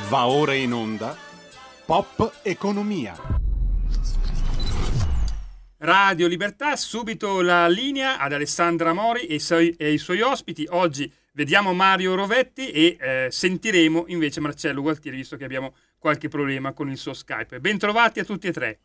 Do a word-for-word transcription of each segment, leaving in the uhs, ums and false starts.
Va ora in onda Pop Economia. Radio Libertà, subito la linea ad Alessandra Mori e, suoi, e i suoi ospiti. Oggi vediamo Mario Rovetti e eh, sentiremo invece Marcello Gualtieri, visto che abbiamo qualche problema con il suo Skype. Bentrovati a tutti e tre.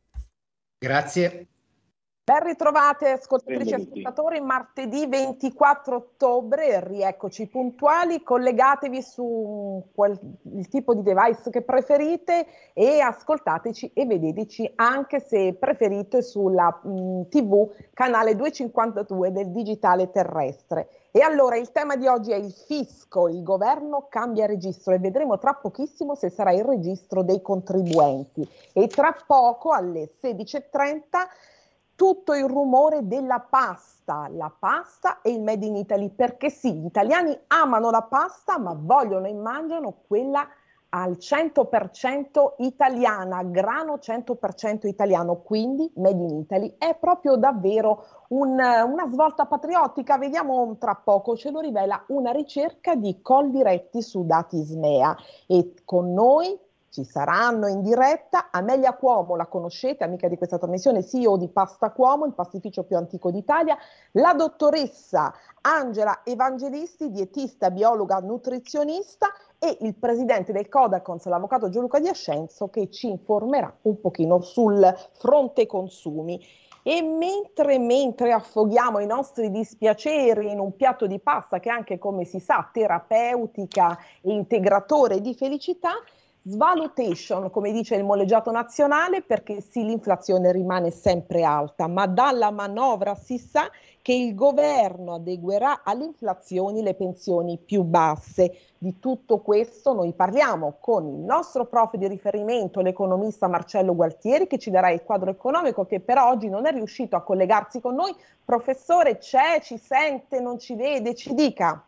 Grazie. Ben ritrovate ascoltatrici e ascoltatori, martedì ventiquattro ottobre, rieccoci puntuali, collegatevi su quel, il tipo di device che preferite e ascoltateci e vedeteci anche se preferite sulla mh, tivù canale duecentocinquantadue del digitale terrestre. E allora il tema di oggi è il fisco, il governo cambia registro e vedremo tra pochissimo se sarà il registro dei contribuenti e tra poco alle sedici e trenta tutto il rumore della pasta, la pasta e il Made in Italy, perché sì, gli italiani amano la pasta ma vogliono e mangiano quella al cento per cento italiana, grano cento per cento italiano, quindi Made in Italy è proprio davvero un, una svolta patriottica. Vediamo tra poco, ce lo rivela una ricerca di Coldiretti su dati Ismea e con noi ci saranno in diretta Amelia Cuomo, la conoscete, amica di questa trasmissione, C E O di Pasta Cuomo, il pastificio più antico d'Italia, la dottoressa Angela Evangelisti, dietista, biologa, nutrizionista e il presidente del Codacons, l'avvocato Gianluca Di Ascenzo, che ci informerà un pochino sul fronte consumi. E mentre, mentre affoghiamo i nostri dispiaceri in un piatto di pasta che anche, come si sa, terapeutica e integratore di felicità, svalutation, come dice il moleggiato nazionale, perché sì, l'inflazione rimane sempre alta, ma dalla manovra si sa che il governo adeguerà all'inflazione le pensioni più basse. Di tutto questo noi parliamo con il nostro prof di riferimento, l'economista Marcello Gualtieri, che ci darà il quadro economico, che per oggi non è riuscito a collegarsi con noi. Professore, c'è, ci sente, non ci vede, ci dica.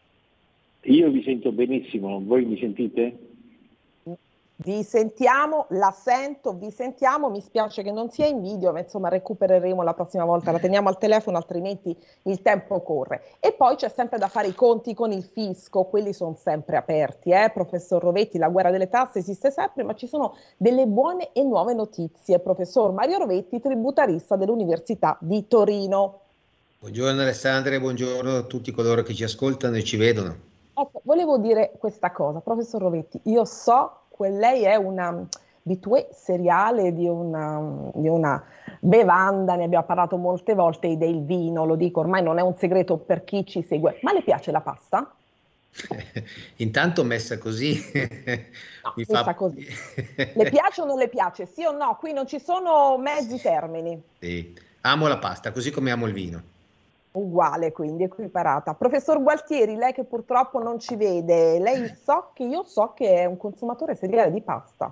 Io vi sento benissimo, voi mi sentite? Vi sentiamo, la sento, vi sentiamo, mi spiace che non sia in video, ma insomma recupereremo la prossima volta, la teniamo al telefono, altrimenti il tempo corre. E poi c'è sempre da fare i conti con il fisco, quelli sono sempre aperti, eh? Professor Rovetti, la guerra delle tasse esiste sempre, ma ci sono delle buone e nuove notizie. Professor Mario Rovetti, tributarista dell'Università di Torino. Buongiorno Alessandra e buongiorno a tutti coloro che ci ascoltano e ci vedono. Ecco, volevo dire questa cosa, professor Rovetti, io so che lei è una abitué seriale di una, di una bevanda, ne abbiamo parlato molte volte, del vino, lo dico, ormai non è un segreto per chi ci segue, ma le piace la pasta? Intanto messa così no, mi messa fa... così. Le piace o non le piace? Sì o no? Qui non ci sono mezzi termini. Sì. Amo la pasta, così come amo il vino. Uguale, quindi equiparata. Professor Gualtieri, lei che purtroppo non ci vede, lei so che io so che è un consumatore seriale di pasta.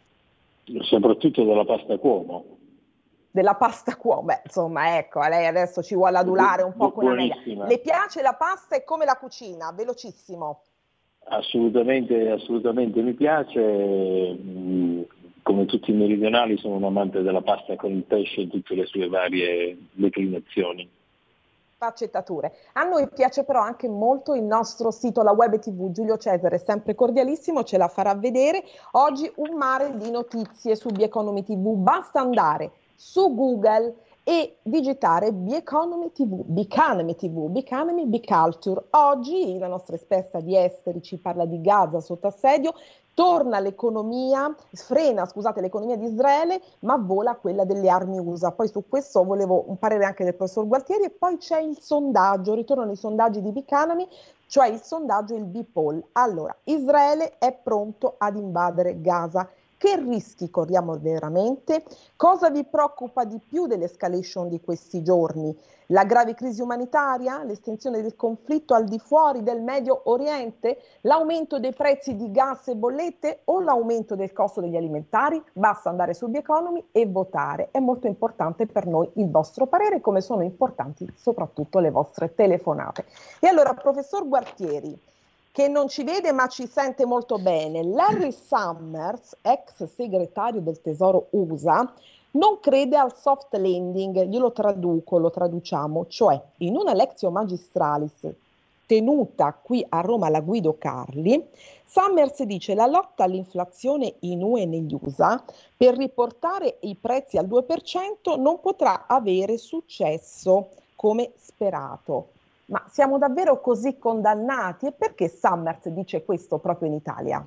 Soprattutto della pasta Cuomo. Della pasta Cuomo, beh, insomma, ecco, lei adesso ci vuole adulare un po' con Amelia. Le piace la pasta e come la cucina? Velocissimo. Assolutamente, assolutamente mi piace. Come tutti i meridionali sono un amante della pasta con il pesce in tutte le sue varie declinazioni. Sfaccettature. A noi piace però anche molto il nostro sito, la web tivù. Giulio Cesare, sempre cordialissimo, ce la farà vedere. Oggi un mare di notizie su Bieconomy tivù. Basta andare su Google e digitare Bieconomy tivù, Biconomy tivù, Biconomy, Biculture. Oggi la nostra esperta di esteri ci parla di Gaza sotto assedio. Torna l'economia, frena scusate l'economia di Israele, ma vola quella delle armi U S A. Poi su questo volevo un parere anche del professor Gualtieri. E poi c'è il sondaggio, ritornano i sondaggi di Biconomy, cioè il sondaggio, il B-poll. Allora, Israele è pronto ad invadere Gaza. Che rischi corriamo veramente? Cosa vi preoccupa di più dell'escalation di questi giorni? La grave crisi umanitaria? L'estensione del conflitto al di fuori del Medio Oriente? L'aumento dei prezzi di gas e bollette o l'aumento del costo degli alimentari? Basta andare su Bieconomy e votare. È molto importante per noi il vostro parere, come sono importanti soprattutto le vostre telefonate. E allora, professor Gualtieri, che non ci vede ma ci sente molto bene, Larry Summers, ex segretario del Tesoro U S A, non crede al soft landing. Glielo traduco, lo traduciamo, cioè in una lectio magistralis tenuta qui a Roma alla Guido Carli, Summers dice: la lotta all'inflazione in U E e negli U S A per riportare i prezzi al due per cento non potrà avere successo come sperato. Ma siamo davvero così condannati? E perché Summers dice questo proprio in Italia?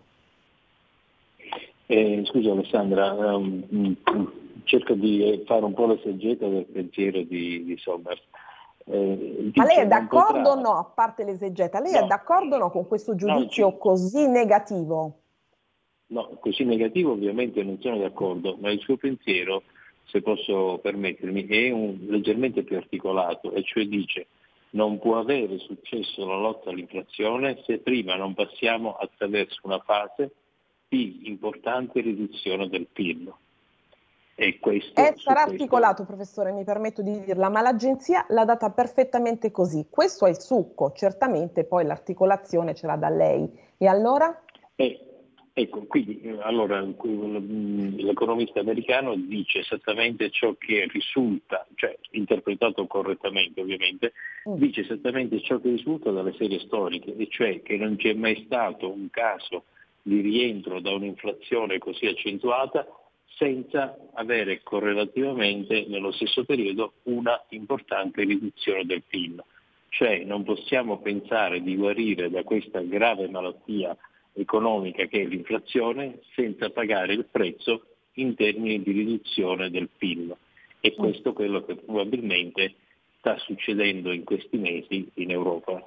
Eh, scusa Alessandra, um, cerco di fare un po' l'esegeta del pensiero di, di Summers. Eh, Ma lei è d'accordo potrà... o no, a parte l'esegeta, lei no. è d'accordo o no con questo giudizio no, ci... così negativo? No, così negativo ovviamente non sono d'accordo, ma il suo pensiero, se posso permettermi, è un, leggermente più articolato, e cioè dice: non può avere successo la lotta all'inflazione se prima non passiamo attraverso una fase di importante riduzione del P I L. E questo, eh, sarà questo... articolato, professore, mi permetto di dirla, ma l'agenzia l'ha data perfettamente così. Questo è il succo, certamente poi l'articolazione ce l'ha da lei. E allora? Eh, ecco, quindi allora l'economista americano dice esattamente ciò che risulta, cioè interpretato correttamente ovviamente, mm. dice esattamente ciò che risulta dalle serie storiche, e cioè che non c'è mai stato un caso di rientro da un'inflazione così accentuata senza avere correlativamente nello stesso periodo una importante riduzione del P I L. Cioè non possiamo pensare di guarire da questa grave malattia economica che è l'inflazione senza pagare il prezzo in termini di riduzione del P I L. E questo è quello che probabilmente sta succedendo in questi mesi in Europa.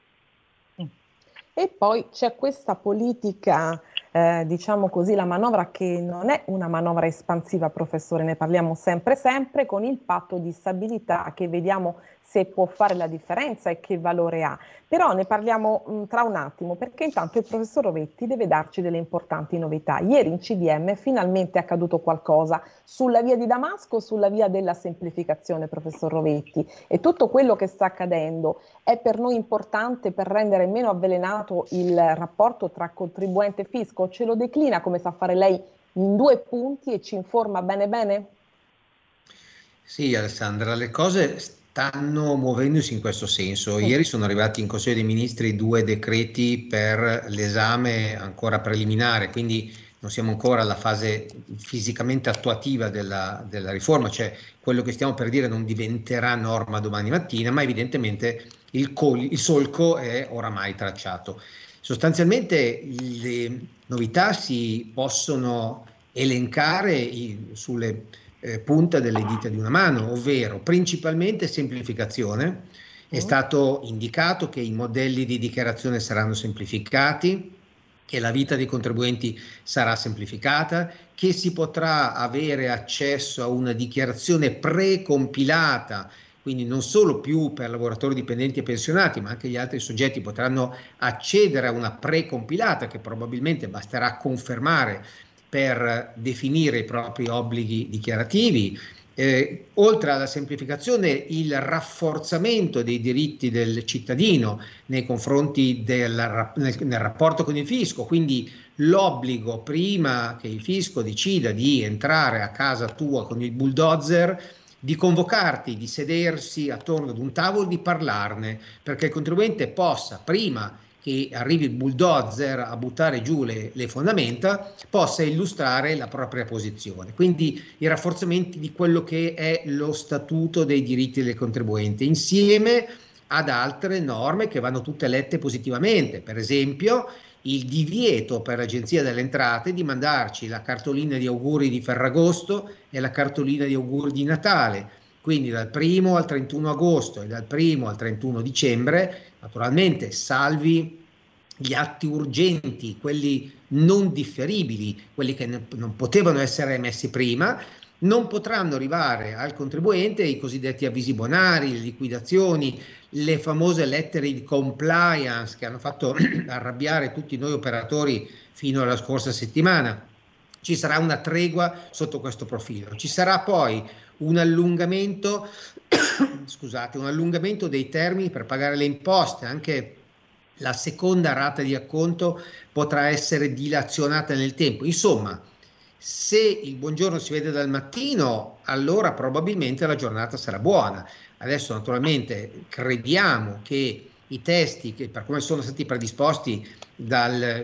E poi c'è questa politica, eh, diciamo così, la manovra che non è una manovra espansiva, professore, ne parliamo sempre sempre, con il patto di stabilità che vediamo se può fare la differenza e che valore ha. Però ne parliamo mh, tra un attimo, perché intanto il professor Rovetti deve darci delle importanti novità. Ieri in C D M finalmente è accaduto qualcosa sulla via di Damasco, sulla via della semplificazione, professor Rovetti, e tutto quello che sta accadendo è per noi importante per rendere meno avvelenato il rapporto tra contribuente e fisco. Ce lo declina, come sa fare lei, in due punti e ci informa bene bene? Sì, Alessandra, le cose stanno muovendosi in questo senso. Ieri sono arrivati in Consiglio dei Ministri due decreti per l'esame ancora preliminare, quindi non siamo ancora alla fase fisicamente attuativa della, della riforma, cioè quello che stiamo per dire non diventerà norma domani mattina, ma evidentemente il, col, il solco è oramai tracciato. Sostanzialmente le novità si possono elencare in, sulle eh, punta delle dita di una mano, ovvero principalmente semplificazione. È stato indicato che i modelli di dichiarazione saranno semplificati, che la vita dei contribuenti sarà semplificata, che si potrà avere accesso a una dichiarazione precompilata, quindi non solo più per lavoratori dipendenti e pensionati, ma anche gli altri soggetti potranno accedere a una precompilata che probabilmente basterà confermare per definire i propri obblighi dichiarativi. Eh, oltre alla semplificazione, il rafforzamento dei diritti del cittadino nei confronti del nel, nel rapporto con il fisco, quindi l'obbligo prima che il fisco decida di entrare a casa tua con il bulldozer di convocarti, di sedersi attorno ad un tavolo, di parlarne, perché il contribuente possa, prima che arrivi il bulldozer a buttare giù le, le fondamenta, possa illustrare la propria posizione. Quindi i rafforzamenti di quello che è lo statuto dei diritti del contribuente, insieme ad altre norme che vanno tutte lette positivamente. Per esempio il divieto per l'Agenzia delle Entrate di mandarci la cartolina di auguri di Ferragosto e la cartolina di auguri di Natale, quindi dal primo al trentuno agosto e dal primo al trentuno dicembre, naturalmente salvi gli atti urgenti, quelli non differibili, quelli che non potevano essere emessi prima, non potranno arrivare al contribuente i cosiddetti avvisi bonari, le liquidazioni, le famose lettere di compliance che hanno fatto arrabbiare tutti noi operatori fino alla scorsa settimana. Ci sarà una tregua sotto questo profilo. Ci sarà poi un allungamento, scusate, un allungamento dei termini per pagare le imposte. Anche la seconda rata di acconto potrà essere dilazionata nel tempo. Insomma, se il buongiorno si vede dal mattino, allora probabilmente la giornata sarà buona. Adesso naturalmente crediamo che i testi, che per come sono stati predisposti dal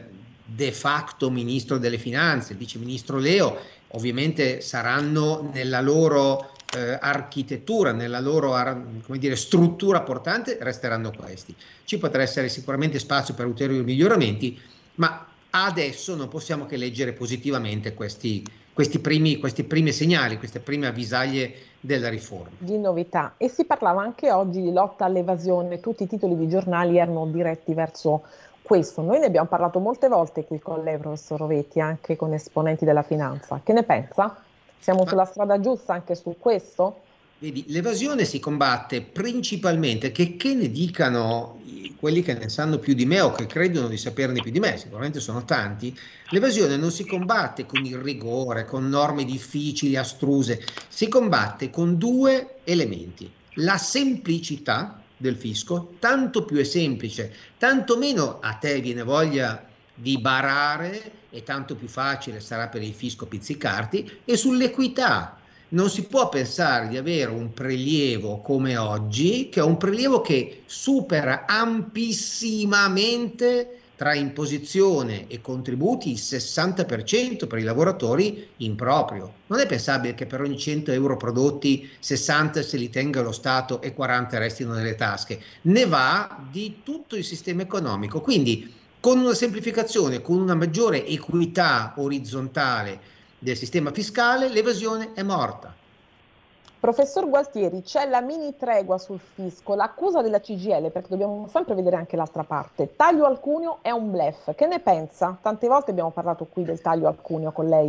de facto ministro delle finanze, il vice ministro Leo, ovviamente saranno nella loro eh, architettura, nella loro come dire, struttura portante, resteranno questi. Ci potrà essere sicuramente spazio per ulteriori miglioramenti, ma adesso non possiamo che leggere positivamente questi, questi, primi, questi primi segnali, queste prime avvisaglie della riforma. Di novità. E si parlava anche oggi di lotta all'evasione, tutti i titoli di giornali erano diretti verso questo. Noi ne abbiamo parlato molte volte qui con lei, professor Rovetti, anche con esponenti della finanza. Che ne pensa? Siamo Ma, sulla strada giusta anche su questo? Vedi, l'evasione si combatte principalmente, che, che ne dicano quelli che ne sanno più di me o che credono di saperne più di me, sicuramente sono tanti, l'evasione non si combatte con il rigore, con norme difficili, astruse, si combatte con due elementi: la semplicità del fisco, tanto più è semplice, tanto meno a te viene voglia di barare e tanto più facile sarà per il fisco pizzicarti, e sull'equità. Non si può pensare di avere un prelievo come oggi, che è un prelievo che supera amplissimamente tra imposizione e contributi il sessanta per cento per i lavoratori in proprio. Non è pensabile che per ogni cento euro prodotti sessanta se li tenga lo Stato e quaranta restino nelle tasche. Ne va di tutto il sistema economico. Quindi con una semplificazione, con una maggiore equità orizzontale del sistema fiscale, l'evasione è morta. Professor Gualtieri, c'è la mini tregua sul fisco, l'accusa della C G I L, perché dobbiamo sempre vedere anche l'altra parte. Taglio al cuneo è un bluff. Che ne pensa? Tante volte abbiamo parlato qui del taglio al cuneo con lei.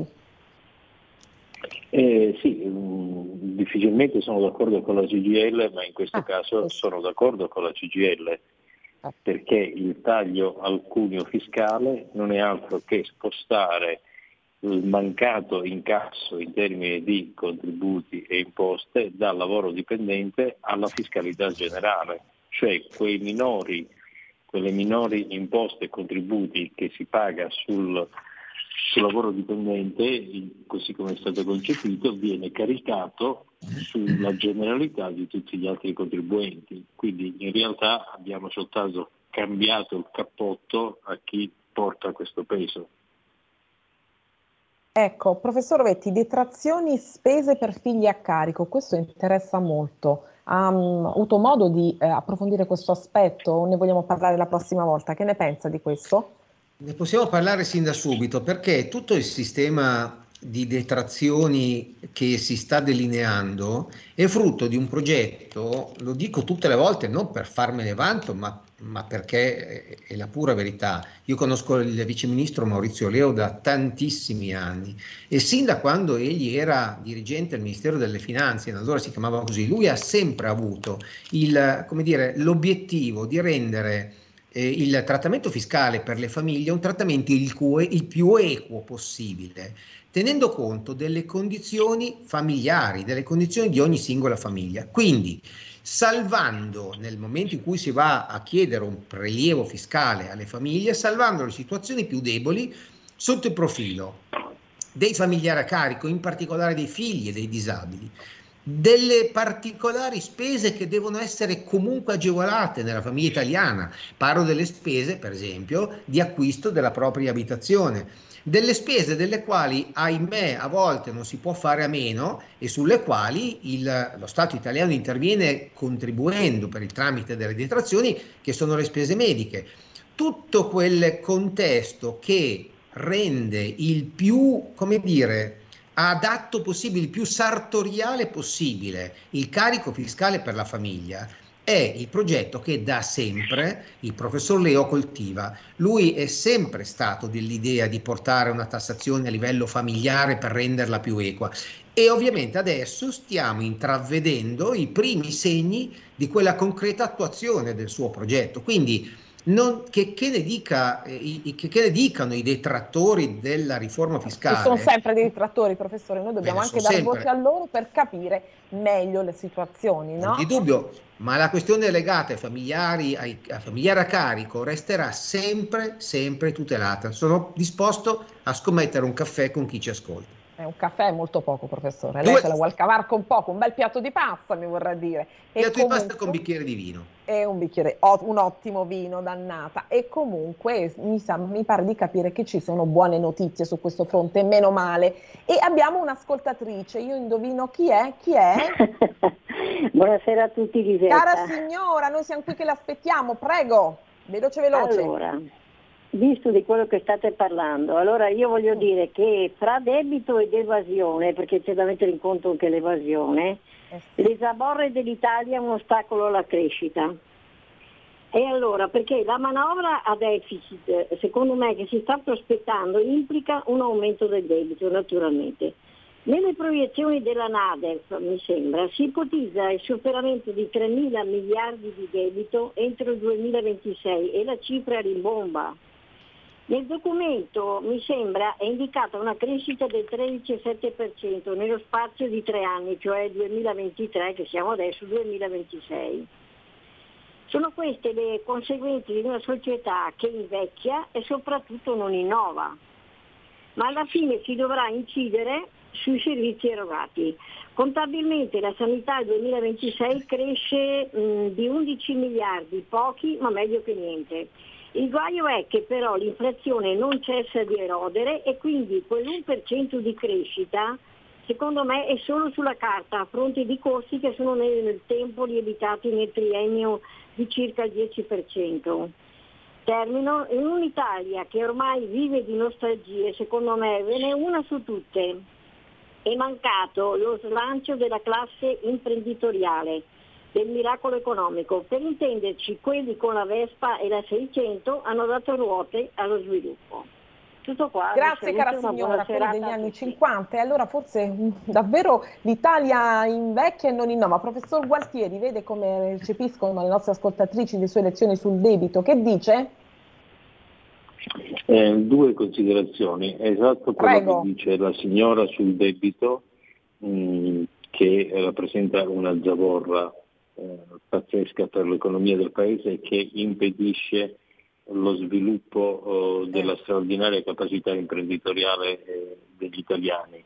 Eh, sì, mh, difficilmente sono d'accordo con la C G I L, ma in questo ah, caso sì. sono d'accordo con la C G I L, ah. perché il taglio al cuneo fiscale non è altro che spostare il mancato incasso in termini di contributi e imposte dal lavoro dipendente alla fiscalità generale, cioè quei minori, quelle minori imposte e contributi che si paga sul, sul lavoro dipendente, così come è stato concepito, viene caricato sulla generalità di tutti gli altri contribuenti. Quindi in realtà abbiamo soltanto cambiato il cappotto a chi porta questo peso. Ecco, professor Rovetti, detrazioni spese per figli a carico, questo interessa molto. Ha um, avuto modo di eh, approfondire questo aspetto o ne vogliamo parlare la prossima volta? Che ne pensa di questo? Ne possiamo parlare sin da subito, perché tutto il sistema di detrazioni che si sta delineando è frutto di un progetto, lo dico tutte le volte non per farmene vanto, ma, ma perché è la pura verità. Io conosco il viceministro Maurizio Leo da tantissimi anni e sin da quando egli era dirigente del Ministero delle Finanze, allora si chiamava così, lui ha sempre avuto il, come dire, l'obiettivo di rendere eh, il trattamento fiscale per le famiglie un trattamento il, cui, il più equo possibile, tenendo conto delle condizioni familiari, delle condizioni di ogni singola famiglia. Quindi, salvando nel momento in cui si va a chiedere un prelievo fiscale alle famiglie, salvando le situazioni più deboli sotto il profilo dei familiari a carico, in particolare dei figli e dei disabili, delle particolari spese che devono essere comunque agevolate nella famiglia italiana. Parlo delle spese, per esempio, di acquisto della propria abitazione, delle spese delle quali, ahimè, a volte non si può fare a meno e sulle quali il, lo Stato italiano interviene contribuendo per il tramite delle detrazioni, che sono le spese mediche. Tutto quel contesto che rende il più, come dire, adatto possibile, il più sartoriale possibile il carico fiscale per la famiglia, è il progetto che da sempre il professor Leo coltiva. Lui è sempre stato dell'idea di portare una tassazione a livello familiare per renderla più equa e ovviamente adesso stiamo intravedendo i primi segni di quella concreta attuazione del suo progetto. Quindi non, che, che, ne dica, eh, che, che ne dicano i detrattori della riforma fiscale. Ci sono sempre dei detrattori, professore, noi dobbiamo Bene, anche dar sempre. voce a loro per capire meglio le situazioni, no? Non di dubbio, ma la questione legata ai familiari, ai, ai familiari a carico resterà sempre, sempre tutelata. Sono disposto a scommettere un caffè con chi ci ascolta. È un caffè molto poco, professore. Lei Due... se la vuol cavar con poco, un bel piatto di pasta, mi vorrà dire. E piatto comunque... di pasta con bicchiere di vino. E un bicchiere, un ottimo vino, dannata. E comunque mi, sa, mi pare di capire che ci sono buone notizie su questo fronte, meno male. E abbiamo un'ascoltatrice, io indovino chi è? Chi è? Buonasera a tutti, Lisetta. Cara signora, noi siamo qui che l'aspettiamo, prego, veloce veloce. Allora, visto di quello che state parlando, allora io voglio dire che fra debito ed evasione, perché c'è da mettere in conto anche l'evasione, eh sì. Le zavorre dell'Italia è un ostacolo alla crescita. E allora, perché la manovra a deficit, secondo me, che si sta prospettando, implica un aumento del debito, naturalmente. Nelle proiezioni della NADEF, mi sembra, si ipotizza il superamento di tremila miliardi di debito entro il duemilaventisei e la cifra rimbomba. Nel documento, mi sembra, è indicata una crescita del tredici virgola sette per cento nello spazio di tre anni, cioè duemilaventitré, che siamo adesso, duemilaventisei. Sono queste le conseguenze di una società che invecchia e soprattutto non innova, ma alla fine si dovrà incidere sui servizi erogati. Contabilmente la sanità nel duemilaventisei cresce mh, di undici miliardi, pochi ma meglio che niente. Il guaio è che però l'inflazione non cessa di erodere e quindi quell'uno per cento di crescita secondo me è solo sulla carta, a fronte di costi che sono nel, nel tempo lievitati nel triennio di circa il dieci per cento. Termino, in un'Italia che ormai vive di nostalgie, secondo me ve n'è una su tutte. È mancato lo slancio della classe imprenditoriale, del miracolo economico. Per intenderci, quelli con la Vespa e la seicento hanno dato ruote allo sviluppo. Tutto qua. Grazie cara signora, quelli degli anni cinquanta. E allora forse davvero l'Italia invecchia e non innova. Professor Gualtieri, vede come recepiscono le nostre ascoltatrici le sue lezioni sul debito. Che dice? Eh, due considerazioni. È esatto quello Prego. Che dice la signora sul debito, mh, che rappresenta una zavorra eh, pazzesca per l'economia del paese e che impedisce lo sviluppo eh, della straordinaria capacità imprenditoriale eh, degli italiani.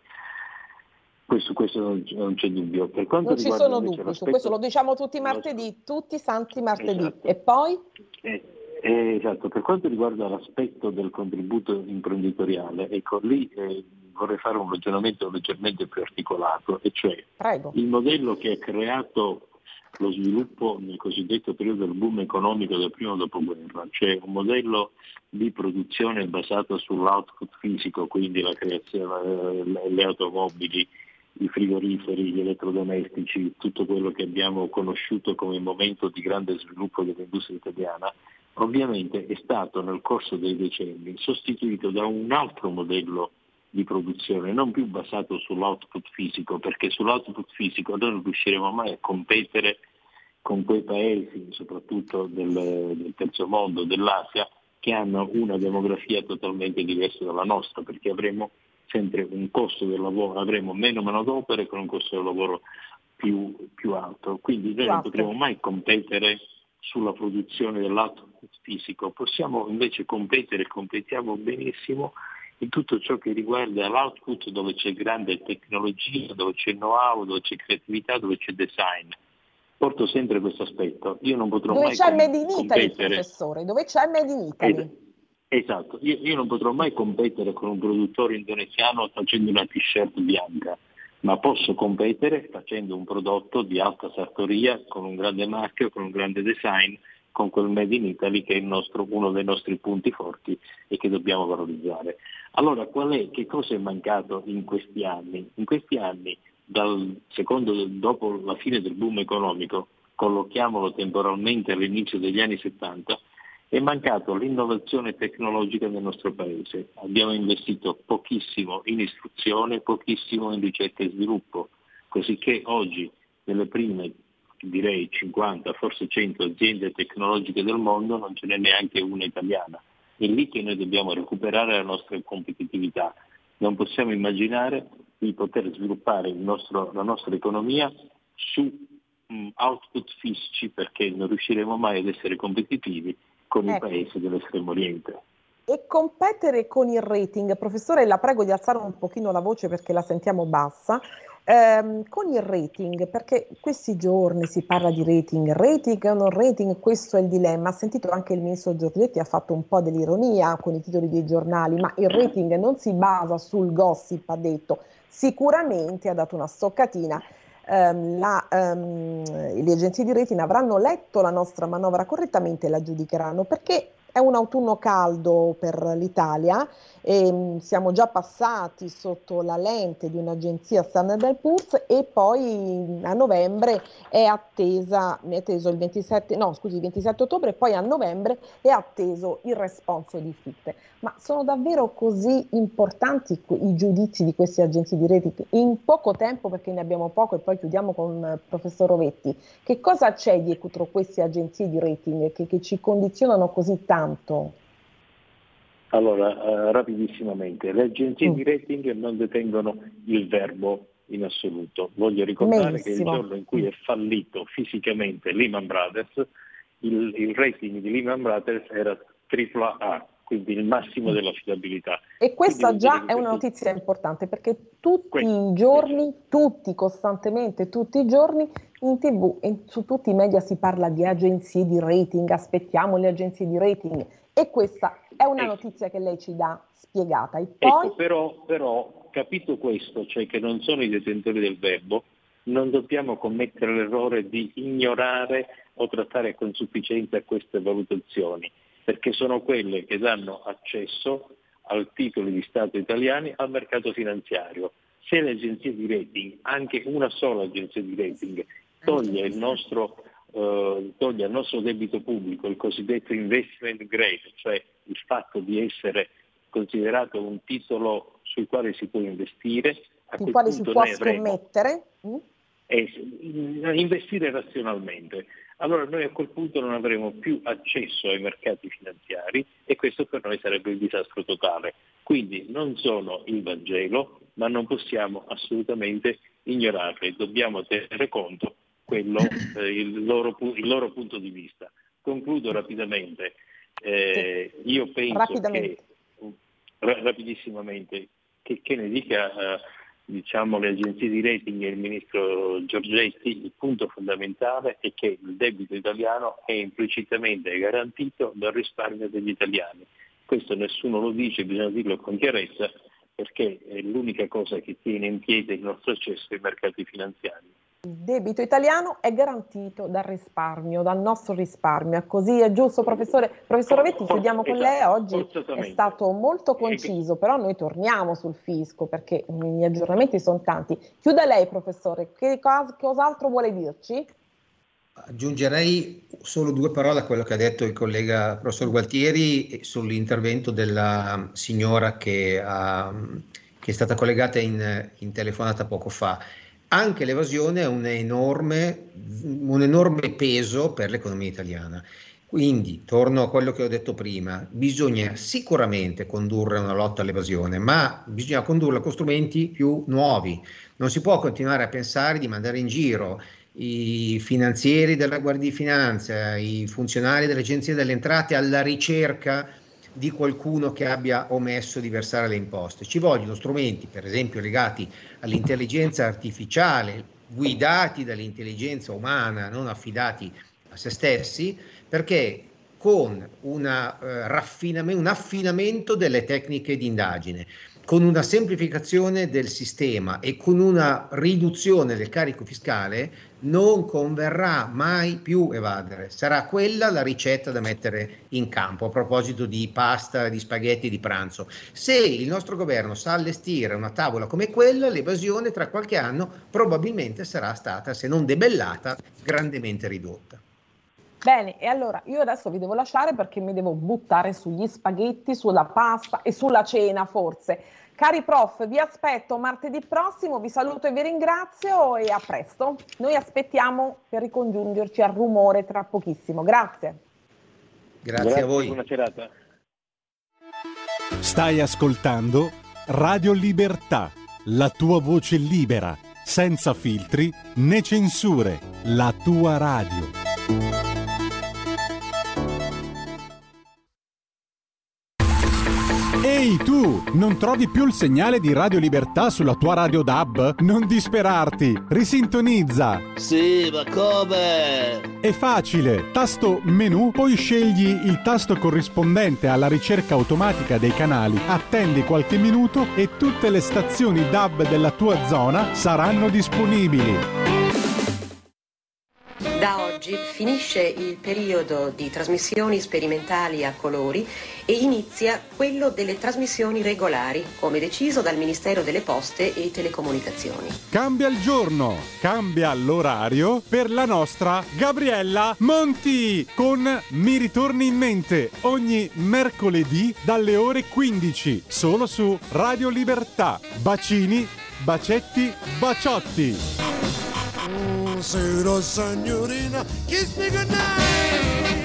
Questo, questo non, non c'è dubbio. Per quanto non ci sono dubbi, su questo lo diciamo tutti i martedì, tutti i santi martedì. Esatto. E poi? Eh, eh, esatto, per quanto riguarda l'aspetto del contributo imprenditoriale, ecco lì eh, vorrei fare un ragionamento leggermente più articolato, e cioè Prego. Il modello che ha creato lo sviluppo nel cosiddetto periodo del boom economico del primo dopoguerra, cioè un modello di produzione basato sull'output fisico, quindi la creazione, le automobili, i frigoriferi, gli elettrodomestici, tutto quello che abbiamo conosciuto come momento di grande sviluppo dell'industria italiana, ovviamente è stato nel corso dei decenni sostituito da un altro modello di produzione, non più basato sull'output fisico, perché sull'output fisico noi non riusciremo mai a competere con quei paesi, soprattutto del, del terzo mondo, dell'Asia, che hanno una demografia totalmente diversa dalla nostra, perché avremo sempre un costo del lavoro, avremo meno manodopera con un costo del lavoro più, più alto. Quindi noi non potremo mai competere sulla produzione dell'output fisico, possiamo invece competere, competiamo benissimo in tutto ciò che riguarda l'output, dove c'è grande tecnologia, dove c'è know-how, dove c'è creatività, dove c'è design. Porto sempre questo aspetto. Io non potrò dove mai c'è com- Made in Italy, competere. Professore, dove c'è Made in Italy. Esatto, io, io non potrò mai competere con un produttore indonesiano facendo una t-shirt bianca, ma posso competere facendo un prodotto di alta sartoria, con un grande marchio, con un grande design, con quel Made in Italy che è il nostro, uno dei nostri punti forti e che dobbiamo valorizzare. Allora, qual è, che cosa è mancato in questi anni? In questi anni, dal secondo, dopo la fine del boom economico, collochiamolo temporalmente all'inizio degli anni settanta, è mancato l'innovazione tecnologica nel nostro paese. Abbiamo investito pochissimo in istruzione, pochissimo in ricerca e sviluppo, così che oggi nelle prime, direi cinquanta, forse cento aziende tecnologiche del mondo non ce n'è neanche una italiana. È lì che noi dobbiamo recuperare la nostra competitività. Non possiamo immaginare di poter sviluppare il nostro, la nostra economia su um, output fisici, perché non riusciremo mai ad essere competitivi con ecco. i paesi dell'estremo oriente. e competere con il rating. Professore, la prego di alzare un pochino la voce perché la sentiamo bassa. Ehm, con il rating, perché questi giorni si parla di rating, rating o non rating, questo è il dilemma. Ha sentito anche il ministro Giorgetti, ha fatto un po' dell'ironia con i titoli dei giornali, ma il rating non si basa sul gossip, ha detto. Sicuramente ha dato una stoccatina. Um, la, um, le agenzie di rating avranno letto la nostra manovra correttamente e la giudicheranno, perché è un autunno caldo per l'Italia e um, siamo già passati sotto la lente di un'agenzia Standard and Poor's e poi a novembre è attesa, è atteso il ventisette, no scusi, il ventisette ottobre, e poi a novembre è atteso il responso di Fitte. Ma sono davvero così importanti i giudizi di queste agenzie di rating in poco tempo, perché ne abbiamo poco e poi chiudiamo con il professor Rovetti? Che cosa c'è dietro queste agenzie di rating che, che ci condizionano così tanto? Allora, eh, rapidissimamente, le agenzie Mm. di rating non detengono il verbo in assoluto. Voglio ricordare Benissimo. che il giorno in cui è fallito fisicamente Lehman Brothers, il, il rating di Lehman Brothers era tripla A, quindi il massimo dell'affidabilità. E questa Quindi già vuol dire è che una questo- notizia importante, perché tutti Questo, i giorni, tutti costantemente, tutti i giorni in tivù e su tutti i media si parla di agenzie di rating, aspettiamo le agenzie di rating, e questa è una Ecco. notizia che lei ci dà spiegata. E poi Ecco, però, però, capito questo, cioè che non sono i detentori del verbo, non dobbiamo commettere l'errore di ignorare o trattare con sufficienza queste valutazioni, perché sono quelle che danno accesso ai titoli di Stato italiani al mercato finanziario. Se le agenzie di rating, anche una sola agenzia di rating, toglie il nostro, eh, toglie al nostro debito pubblico il cosiddetto investment grade, cioè il fatto di essere considerato un titolo sul quale si può investire, a su quel quali si punto può noi avremo scommettere. Mm? e investire razionalmente. Allora noi a quel punto non avremo più accesso ai mercati finanziari e questo per noi sarebbe il disastro totale. Quindi non sono il Vangelo, ma non possiamo assolutamente ignorarli, dobbiamo tenere conto quello, eh, il, loro, il loro punto di vista. Concludo rapidamente. Eh, io penso Rapidamente. che ra- rapidissimamente che, che ne dica eh, diciamo le agenzie di rating e il ministro Giorgetti, il punto fondamentale è che il debito italiano è implicitamente garantito dal risparmio degli italiani. Questo nessuno lo dice, bisogna dirlo con chiarezza, perché è l'unica cosa che tiene in piedi il nostro accesso ai mercati finanziari. Il debito italiano è garantito dal risparmio, dal nostro risparmio. Così è giusto, professore. Professor Rovetti, chiudiamo con lei. Oggi è stato molto conciso, però noi torniamo sul fisco perché gli aggiornamenti sono tanti. Chiuda lei, professore. Che cosa, cos'altro vuole dirci? Aggiungerei solo due parole a quello che ha detto il collega professor Gualtieri sull'intervento della signora che, ha, che è stata collegata in, in telefonata poco fa. Anche l'evasione ha un enorme, un enorme peso per l'economia italiana. Quindi, torno a quello che ho detto prima, bisogna sicuramente condurre una lotta all'evasione, ma bisogna condurla con strumenti più nuovi. Non si può continuare a pensare di mandare in giro i finanzieri della Guardia di Finanza, i funzionari dell'Agenzia delle Entrate alla ricerca di qualcuno che abbia omesso di versare le imposte. Ci vogliono strumenti, per esempio, legati all'intelligenza artificiale, guidati dall'intelligenza umana, non affidati a se stessi, perché con una, eh, raffinamento, un affinamento delle tecniche di indagine, con una semplificazione del sistema e con una riduzione del carico fiscale non converrà mai più evadere. Sarà quella la ricetta da mettere in campo a proposito di pasta, di spaghetti di pranzo. Se il nostro governo sa allestire una tavola come quella, l'evasione tra qualche anno probabilmente sarà stata, se non debellata, grandemente ridotta. Bene, e allora io adesso vi devo lasciare perché mi devo buttare sugli spaghetti, sulla pasta e sulla cena forse. Cari prof, vi aspetto martedì prossimo, vi saluto e vi ringrazio e a presto. Noi aspettiamo per ricongiungerci al rumore tra pochissimo. Grazie. Grazie, Grazie a voi. Buona serata. Stai ascoltando Radio Libertà, la tua voce libera, senza filtri né censure, la tua radio. tu, non trovi più il segnale di Radio Libertà sulla tua radio D A B? Non disperarti, risintonizza. Sì, ma come? È facile, tasto menu, poi scegli il tasto corrispondente alla ricerca automatica dei canali, attendi qualche minuto e tutte le stazioni D A B della tua zona saranno disponibili. Da oggi finisce il periodo di trasmissioni sperimentali a colori e inizia quello delle trasmissioni regolari, come deciso dal Ministero delle Poste e Telecomunicazioni. Cambia il giorno, cambia l'orario per la nostra Gabriella Monti con Mi ritorni in mente ogni mercoledì dalle ore quindici, solo su Radio Libertà. Bacini, bacetti, baciotti. Buonasera signorina, kiss me goodnight.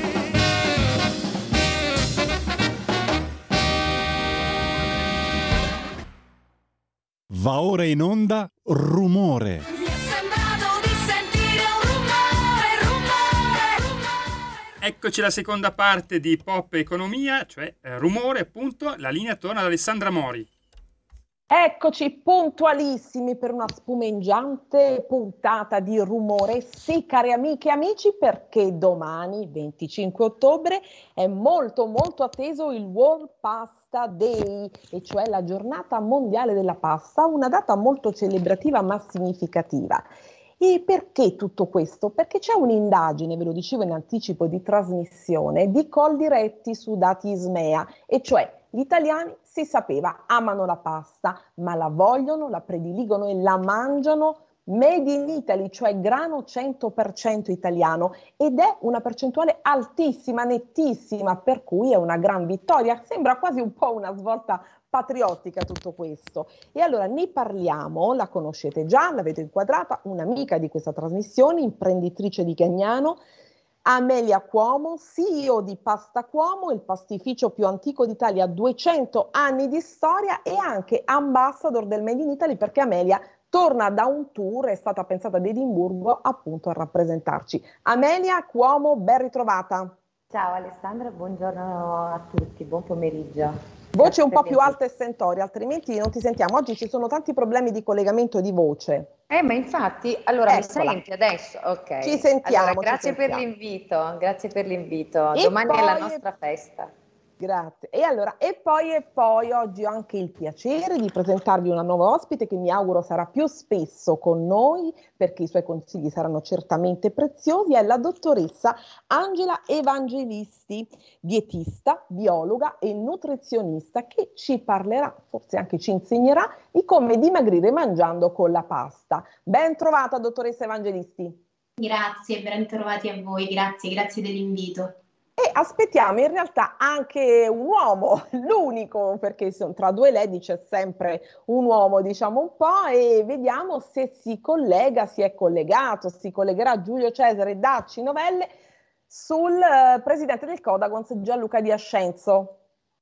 Va ora in onda Rumore. Mi è sembrato di sentire un rumore, rumore, rumore. Eccoci alla seconda parte di Pop Economia, cioè eh, Rumore, appunto. La linea torna ad Alessandra Mori. Eccoci puntualissimi per una spumeggiante puntata di Rumore. Sì, cari amiche e amici, perché domani, venticinque ottobre, è molto molto atteso il World Pasta Day, e cioè la giornata mondiale della pasta, una data molto celebrativa ma significativa. E perché tutto questo? Perché c'è un'indagine, ve lo dicevo in anticipo di trasmissione, di Coldiretti su dati Ismea, e cioè gli italiani, si sapeva, amano la pasta, ma la vogliono, la prediligono e la mangiano made in Italy, cioè grano cento per cento italiano, ed è una percentuale altissima, nettissima, per cui è una gran vittoria. Sembra quasi un po' una svolta patriottica tutto questo. E allora ne parliamo, la conoscete già, l'avete inquadrata, un'amica di questa trasmissione, imprenditrice di Gagnano, Amelia Cuomo, C E O di Pasta Cuomo, il pastificio più antico d'Italia, duecento anni di storia, e anche ambassador del Made in Italy, perché Amelia torna da un tour, è stata pensata ad Edimburgo appunto a rappresentarci. Amelia Cuomo, ben ritrovata. Ciao Alessandra, buongiorno a tutti, buon pomeriggio. Voce un po' più alta e stentoria, altrimenti non ti sentiamo. Oggi ci sono tanti problemi di collegamento di voce. Eh, ma infatti, allora Eccola. mi senti adesso? Ok. Ci sentiamo. Allora, grazie ci per sentiamo. l'invito, grazie per l'invito. E Domani poi- è la nostra festa. Grazie. E allora, e poi e poi oggi ho anche il piacere di presentarvi una nuova ospite che mi auguro sarà più spesso con noi, perché i suoi consigli saranno certamente preziosi. È la dottoressa Angela Evangelisti, dietista, biologa e nutrizionista, che ci parlerà, forse anche ci insegnerà, di come dimagrire mangiando con la pasta. Ben trovata, dottoressa Evangelisti. Grazie, ben trovati a voi, grazie, grazie dell'invito. E aspettiamo in realtà anche un uomo, l'unico, perché son- tra due lady c'è sempre un uomo, diciamo un po', e vediamo se si collega, si è collegato, si collegherà Giulio Cesare Dacci Novelle sul eh, presidente del Codagons Gianluca Di Ascenzo.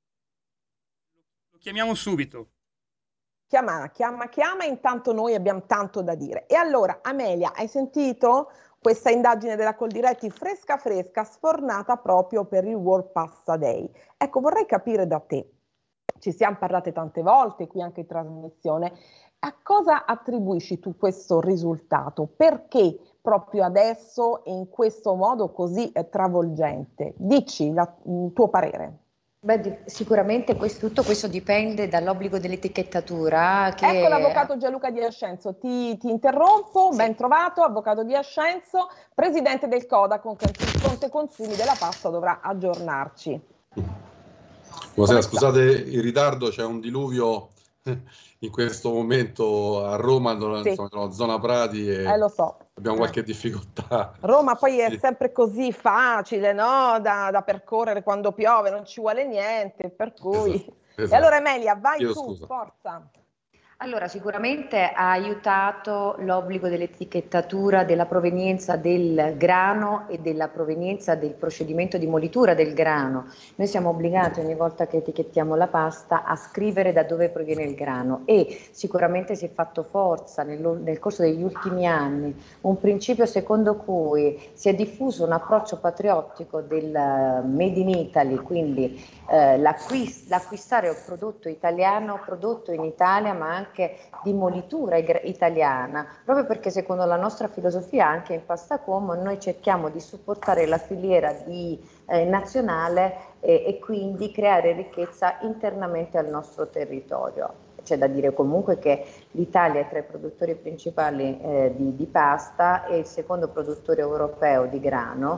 Lo chiamiamo subito. Chiama, chiama, chiama, intanto noi abbiamo tanto da dire. E allora, Amelia, hai sentito questa indagine della Coldiretti fresca fresca, sfornata proprio per il World Pasta Day? Ecco, vorrei capire da te, ci siamo parlate tante volte qui anche in trasmissione, a cosa attribuisci tu questo risultato? Perché proprio adesso e in questo modo così eh, travolgente? Dici la, il tuo parere. Beh, di- sicuramente questo, tutto questo dipende dall'obbligo dell'etichettatura. Che Ecco l'avvocato Gianluca Di Ascenzo, ti, ti interrompo, Sì. Ben trovato, avvocato Di Ascenzo, presidente del Codacons, che sul fronte consumi della pasta dovrà aggiornarci. Buonasera, Come scusate il ritardo, c'è un diluvio in questo momento a Roma, dove, Sì. insomma, sono zona Prati e Eh, lo so. abbiamo Eh. qualche difficoltà. Roma poi è Sì. sempre così facile, no? Da, da percorrere quando piove, non ci vuole niente, per cui... Esatto, E esatto. allora Amelia, vai Chiedo tu, scusa. forza. Allora, sicuramente ha aiutato l'obbligo dell'etichettatura della provenienza del grano e della provenienza del procedimento di molitura del grano. Noi siamo obbligati ogni volta che etichettiamo la pasta a scrivere da dove proviene il grano e sicuramente si è fatto forza nel, nel corso degli ultimi anni un principio secondo cui si è diffuso un approccio patriottico del Made in Italy, quindi eh, l'acquist- l'acquistare un prodotto italiano, prodotto in Italia, ma anche di molitura italiana, proprio perché secondo la nostra filosofia anche in Pasta Como noi cerchiamo di supportare la filiera di, eh, nazionale eh, e quindi creare ricchezza internamente al nostro territorio. C'è da dire comunque che l'Italia è tra i produttori principali eh, di, di pasta e il secondo produttore europeo di grano.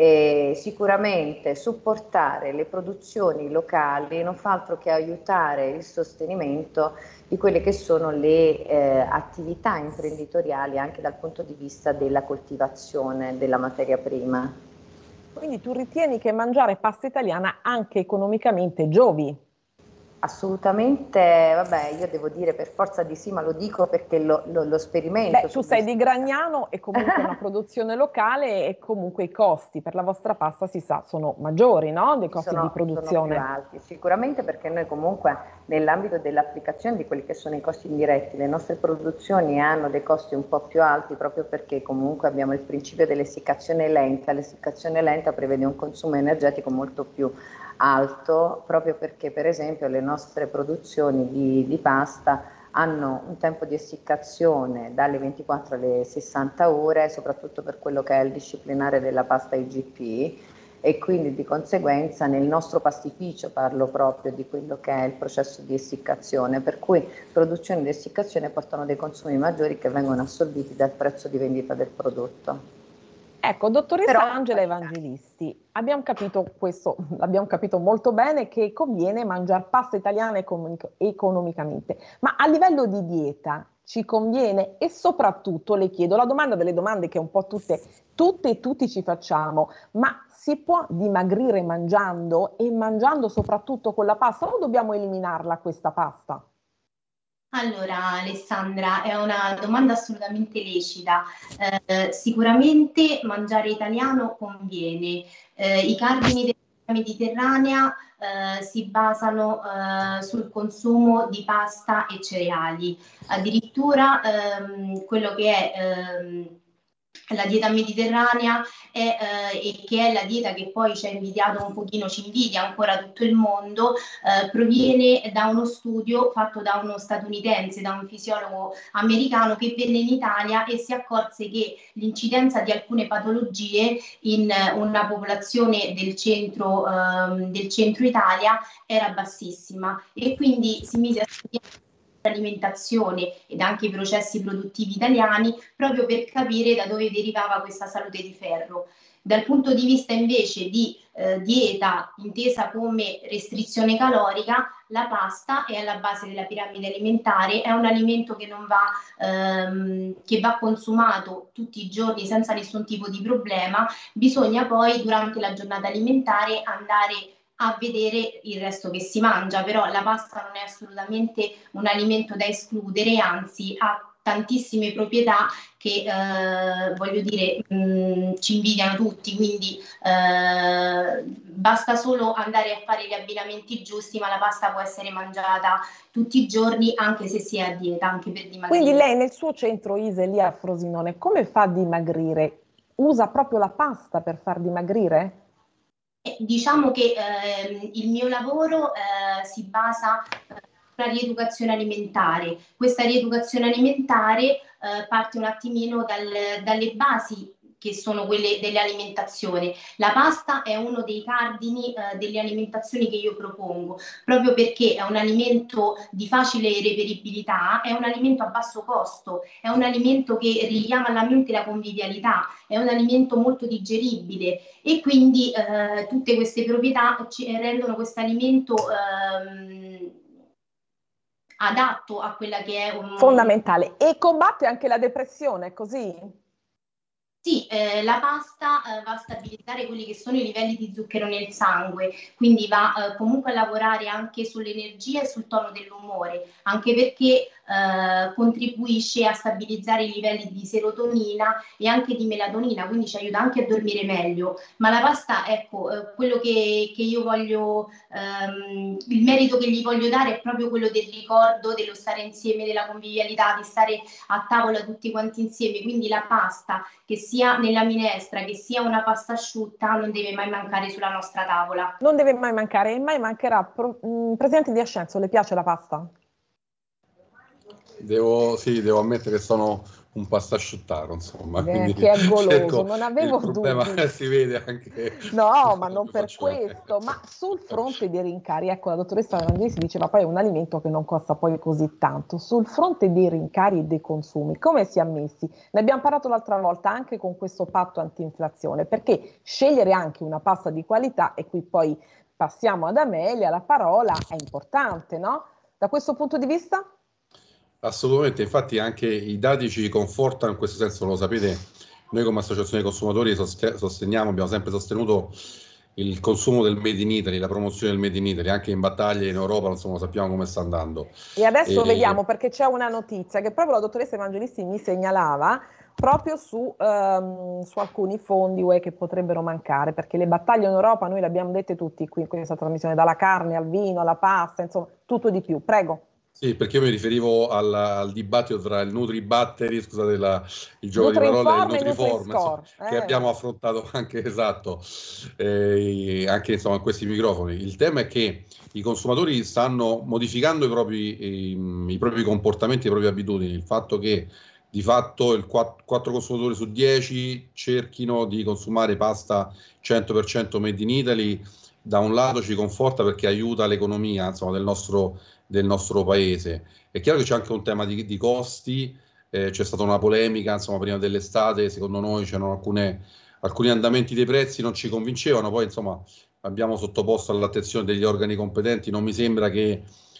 E sicuramente supportare le produzioni locali non fa altro che aiutare il sostenimento di quelle che sono le eh, attività imprenditoriali anche dal punto di vista della coltivazione della materia prima. Quindi tu ritieni che mangiare pasta italiana anche economicamente giovi? Assolutamente, vabbè, io devo dire per forza di sì, ma lo dico perché lo, lo, lo sperimento. Beh, tu sei di Gragnano e comunque una produzione locale e comunque i costi per la vostra pasta si sa sono maggiori, no? Dei costi sono, di produzione. Sono più alti, sicuramente perché noi comunque nell'ambito dell'applicazione di quelli che sono i costi indiretti, le nostre produzioni hanno dei costi un po' più alti proprio perché comunque abbiamo il principio dell'essiccazione lenta, l'essiccazione lenta prevede un consumo energetico molto più alto proprio perché per esempio le nostre produzioni di, di pasta hanno un tempo di essiccazione dalle ventiquattro alle sessanta ore, soprattutto per quello che è il disciplinare della pasta I G P e quindi di conseguenza nel nostro pastificio parlo proprio di quello che è il processo di essiccazione, per cui produzione ed essiccazione portano dei consumi maggiori che vengono assorbiti dal prezzo di vendita del prodotto. Ecco, dottoressa Però, Angela Evangelisti, abbiamo capito questo, abbiamo capito molto bene che conviene mangiare pasta italiana economic- economicamente, ma a livello di dieta ci conviene e soprattutto le chiedo la domanda delle domande che un po' tutte, tutte e tutti ci facciamo, ma si può dimagrire mangiando e mangiando soprattutto con la pasta o dobbiamo eliminarla questa pasta? Allora, Alessandra, è una domanda assolutamente lecita. Eh, sicuramente mangiare italiano conviene. Eh, I cardini della Mediterranea eh, si basano eh, sul consumo di pasta e cereali. Addirittura ehm, quello che è ehm, la dieta mediterranea è, eh, e che è la dieta che poi ci ha invidiato un pochino, ci invidia ancora tutto il mondo, eh, proviene da uno studio fatto da uno statunitense, da un fisiologo americano che venne in Italia e si accorse che l'incidenza di alcune patologie in una popolazione del centro, ehm, del centro Italia era bassissima e quindi si mise a studiare l'alimentazione ed anche i processi produttivi italiani proprio per capire da dove derivava questa salute di ferro. Dal punto di vista invece di eh, dieta intesa come restrizione calorica, la pasta è alla base della piramide alimentare, è un alimento che non va, ehm, che va consumato tutti i giorni senza nessun tipo di problema, bisogna poi durante la giornata alimentare andare a vedere il resto che si mangia, però la pasta non è assolutamente un alimento da escludere, anzi ha tantissime proprietà che eh, voglio dire mh, ci invidiano tutti, quindi eh, basta solo andare a fare gli abbinamenti giusti, ma la pasta può essere mangiata tutti i giorni anche se si è a dieta, anche per dimagrire. Quindi lei nel suo centro I S E lì a Frosinone come fa a dimagrire? Usa proprio la pasta per far dimagrire? Diciamo che eh, il mio lavoro eh, si basa eh, sulla rieducazione alimentare. Questa rieducazione alimentare eh, parte un attimino dal, dalle basi che sono quelle dell'alimentazione. La pasta è uno dei cardini eh, delle alimentazioni che io propongo, proprio perché è un alimento di facile reperibilità, è un alimento a basso costo, è un alimento che richiama alla mente la convivialità, è un alimento molto digeribile e quindi eh, tutte queste proprietà ci rendono questo alimento ehm, adatto a quella che è un... Fondamentale. E combatte anche la depressione, così? Sì, eh, la pasta eh, va a stabilizzare quelli che sono i livelli di zucchero nel sangue, quindi va eh, comunque a lavorare anche sull'energia e sul tono dell'umore, anche perché eh, contribuisce a stabilizzare i livelli di serotonina e anche di melatonina, quindi ci aiuta anche a dormire meglio. Ma la pasta, ecco, eh, quello che, che io voglio, ehm, il merito che gli voglio dare è proprio quello del ricordo, dello stare insieme, della convivialità, di stare a tavola tutti quanti insieme. Quindi la pasta, che sia nella minestra, che sia una pasta asciutta, non deve mai mancare sulla nostra tavola. Non deve mai mancare e mai mancherà. Pro- mh, Presidente Di Ascenzo, le piace la pasta? Devo, sì, devo ammettere che sono un pastasciuttaro, insomma. Eh, Quindi che è goloso, cerco- non avevo il problema dubbi. si vede anche. No, ma non per faccio- questo, ma sul fronte dei rincari, ecco, la dottoressa Evangelista diceva poi è un alimento che non costa poi così tanto. Sul fronte dei rincari e dei consumi, come si è messi? Ne abbiamo parlato l'altra volta anche con questo patto anti-inflazione, perché scegliere anche una pasta di qualità, e qui poi passiamo ad Amelia, la parola è importante, no? Da questo punto di vista? Assolutamente, infatti anche i dati ci confortano in questo senso, lo sapete, noi come associazione dei consumatori soste- sosteniamo, abbiamo sempre sostenuto il consumo del Made in Italy, la promozione del Made in Italy, anche in battaglie in Europa, insomma, sappiamo come sta andando. E adesso E- vediamo, perché c'è una notizia che proprio la dottoressa Evangelisti mi segnalava proprio su, ehm, su alcuni fondi U E che potrebbero mancare, perché le battaglie in Europa noi le abbiamo dette tutti qui in questa trasmissione, dalla carne al vino, alla pasta, insomma, tutto di più. Prego. Sì, perché io mi riferivo al, al dibattito tra il Nutri-Battery, scusate la- il gioco di parole, e il Nutrinform e Nutriform, insomma, Nutri-Score. che Eh. abbiamo affrontato anche, esatto, eh, anche insomma, in questi microfoni. Il tema è che i consumatori stanno modificando i propri, i, i propri comportamenti, le proprie abitudini. Il fatto che di fatto il quattro consumatori su dieci cerchino di consumare pasta cento per cento made in Italy, da un lato ci conforta perché aiuta l'economia, insomma, del nostro del nostro paese. È chiaro che c'è anche un tema di, di costi, eh, c'è stata una polemica, insomma, prima dell'estate, secondo noi c'erano alcune, alcuni andamenti dei prezzi, non ci convincevano, poi insomma abbiamo sottoposto all'attenzione degli organi competenti, non mi sembra che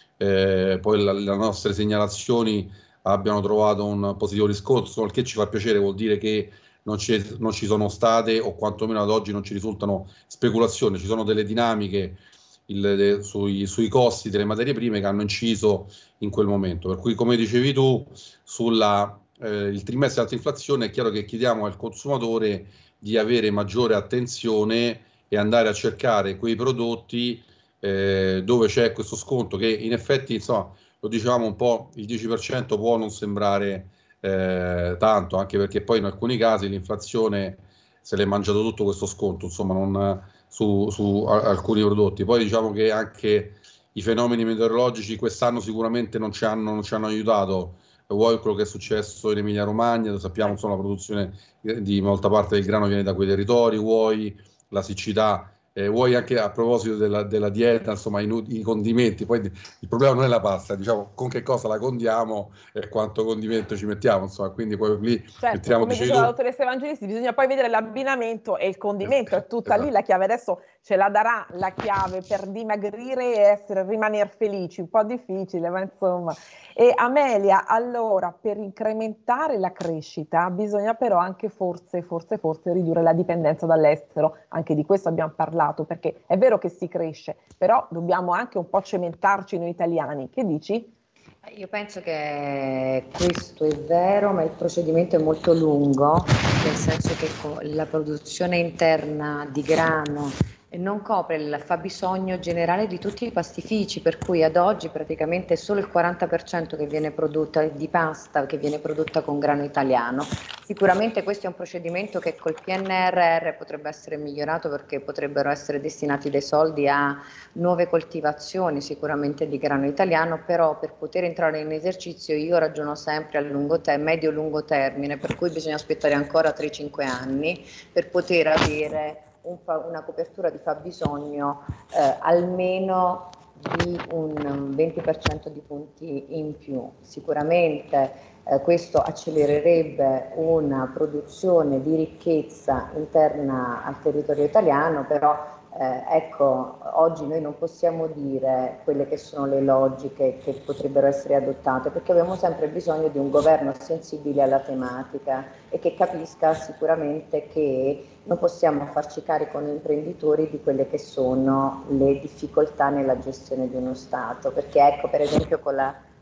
eh, poi la, le nostre segnalazioni abbiano trovato un positivo riscontro, il che ci fa piacere, vuol dire che non ci, non ci sono state, o quantomeno ad oggi non ci risultano speculazioni, ci sono delle dinamiche Il, sui, sui costi delle materie prime che hanno inciso in quel momento. Per cui, come dicevi tu, sulla eh, il trimestre di alta inflazione è chiaro che chiediamo al consumatore di avere maggiore attenzione e andare a cercare quei prodotti eh, dove c'è questo sconto, che in effetti, insomma, lo dicevamo un po', il dieci per cento può non sembrare eh, tanto, anche perché poi in alcuni casi l'inflazione se l'è mangiato tutto questo sconto, insomma, non Su, su a, alcuni prodotti. Poi diciamo che anche i fenomeni meteorologici quest'anno sicuramente non ci hanno, non ci hanno aiutato. Vuoi quello che è successo in Emilia Romagna, lo sappiamo, insomma, la produzione di molta parte del grano viene da quei territori, vuoi la siccità, eh, vuoi anche a proposito della, della dieta, insomma, i, i condimenti. Poi il problema non è la pasta, diciamo con che cosa la condiamo e quanto condimento ci mettiamo, insomma, quindi poi lì Certo, mettiamo, come dicevi diceva la tu, dottoressa Evangelisti, bisogna poi vedere l'abbinamento e il condimento, è tutta Esatto. lì la chiave. Adesso ce la darà la chiave per dimagrire e essere, rimanere felici, un po' difficile, ma insomma. E Amelia, allora, per incrementare la crescita bisogna però anche forse, forse, forse ridurre la dipendenza dall'estero, anche di questo abbiamo parlato, perché è vero che si cresce, però dobbiamo anche un po' cementarci noi italiani. Che dici? Io penso che questo è vero, ma il procedimento è molto lungo, nel senso che co- la produzione interna di grano non copre il fabbisogno generale di tutti i pastifici, per cui ad oggi praticamente è solo il quaranta per cento che viene prodotta di pasta che viene prodotta con grano italiano. Sicuramente questo è un procedimento che col P N R R potrebbe essere migliorato, perché potrebbero essere destinati dei soldi a nuove coltivazioni sicuramente di grano italiano, però per poter entrare in esercizio io ragiono sempre a lungo te- medio-lungo termine, per cui bisogna aspettare ancora tre cinque anni per poter avere un fa- una copertura di fabbisogno eh, almeno di un venti per cento di punti in più. Sicuramente eh, questo accelererebbe una produzione di ricchezza interna al territorio italiano, però eh, ecco, oggi noi non possiamo dire quelle che sono le logiche che potrebbero essere adottate, perché abbiamo sempre bisogno di un governo sensibile alla tematica e che capisca sicuramente che non possiamo farci carico noi imprenditori di quelle che sono le difficoltà nella gestione di uno Stato, perché ecco, per esempio con la